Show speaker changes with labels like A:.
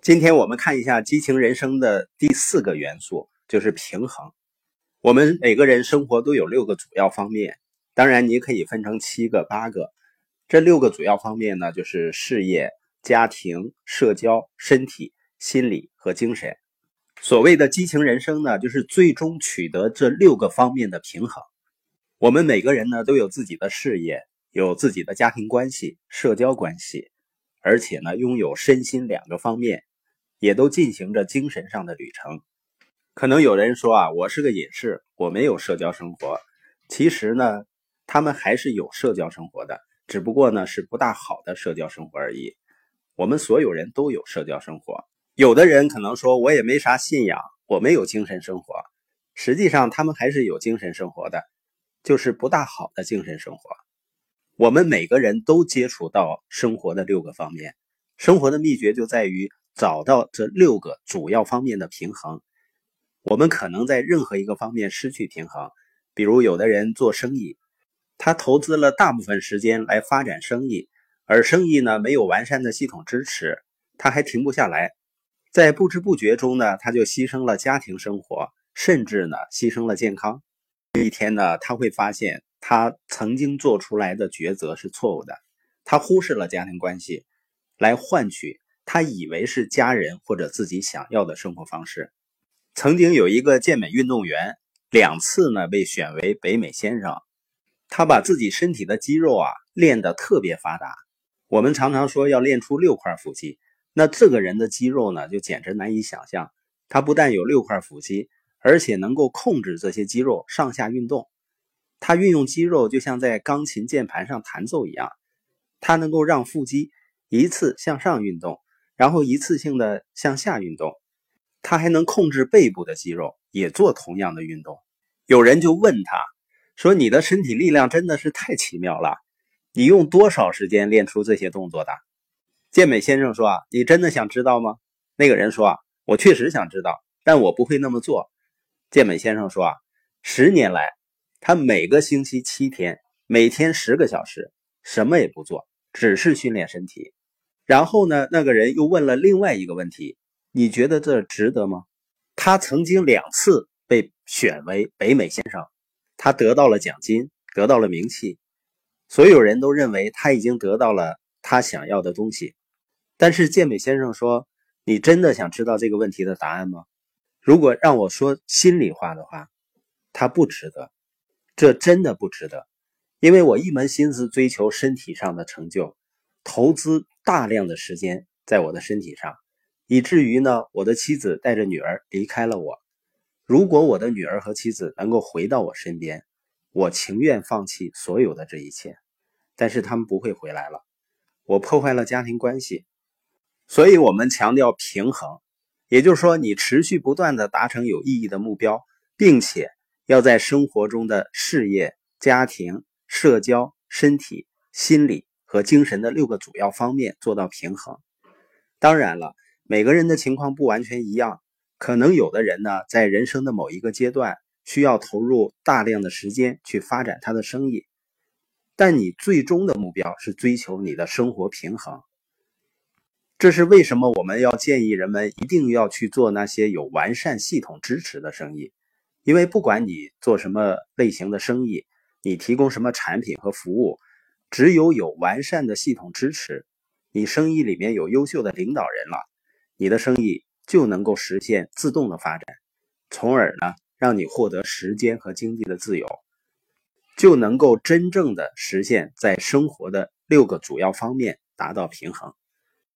A: 今天我们看一下激情人生的第4个元素，就是平衡。我们每个人生活都有6个主要方面，当然你可以分成7个、8个。这6个主要方面呢，就是事业、家庭、社交、身体、心理和精神。所谓的激情人生呢，就是最终取得这6个方面的平衡。我们每个人呢，都有自己的事业，有自己的家庭关系、社交关系，而且呢，拥有身心2个方面，也都进行着精神上的旅程。可能有人说我是个隐士，我没有社交生活。其实呢，他们还是有社交生活的，只不过呢是不大好的社交生活而已。我们所有人都有社交生活。有的人可能说我也没啥信仰，我没有精神生活。实际上他们还是有精神生活的，就是不大好的精神生活。我们每个人都接触到生活的6个方面，生活的秘诀就在于找到这6个主要方面的平衡。我们可能在任何一个方面失去平衡，比如有的人做生意，他投资了大部分时间来发展生意，而生意呢没有完善的系统支持，他还停不下来，在不知不觉中呢，他就牺牲了家庭生活，甚至呢牺牲了健康。有一天呢，他会发现他曾经做出来的抉择是错误的，他忽视了家庭关系，来换取他以为是家人或者自己想要的生活方式。曾经有一个健美运动员，2次呢被选为北美先生，他把自己身体的肌肉练得特别发达。我们常常说要练出6块腹肌，那这个人的肌肉呢就简直难以想象。他不但有6块腹肌，而且能够控制这些肌肉上下运动。他运用肌肉就像在钢琴键盘上弹奏一样，他能够让腹肌一次向上运动，然后一次性的向下运动。他还能控制背部的肌肉，也做同样的运动。有人就问他说，你的身体力量真的是太奇妙了，你用多少时间练出这些动作的？健美先生说你真的想知道吗？那个人说我确实想知道，但我不会那么做。健美先生说10年来，他每个星期7天，每天10个小时，什么也不做，只是训练身体。然后呢，那个人又问了另外一个问题，你觉得这值得吗？他曾经2次被选为北美先生，他得到了奖金，得到了名气，所有人都认为他已经得到了他想要的东西。但是健美先生说，你真的想知道这个问题的答案吗？如果让我说心里话的话，他不值得，这真的不值得。因为我一门心思追求身体上的成就，投资大量的时间在我的身体上，以至于呢，我的妻子带着女儿离开了我。如果我的女儿和妻子能够回到我身边，我情愿放弃所有的这一切，但是他们不会回来了，我破坏了家庭关系。所以我们强调平衡，也就是说你持续不断地达成有意义的目标，并且要在生活中的事业、家庭、社交、身体、心理和精神的6个主要方面做到平衡。当然了，每个人的情况不完全一样，可能有的人呢，在人生的某一个阶段需要投入大量的时间去发展他的生意，但你最终的目标是追求你的生活平衡。这是为什么我们要建议人们一定要去做那些有完善系统支持的生意。因为不管你做什么类型的生意，你提供什么产品和服务，只有完善的系统支持，你生意里面有优秀的领导人了，你的生意就能够实现自动的发展，从而呢，让你获得时间和经济的自由，就能够真正的实现在生活的6个主要方面达到平衡。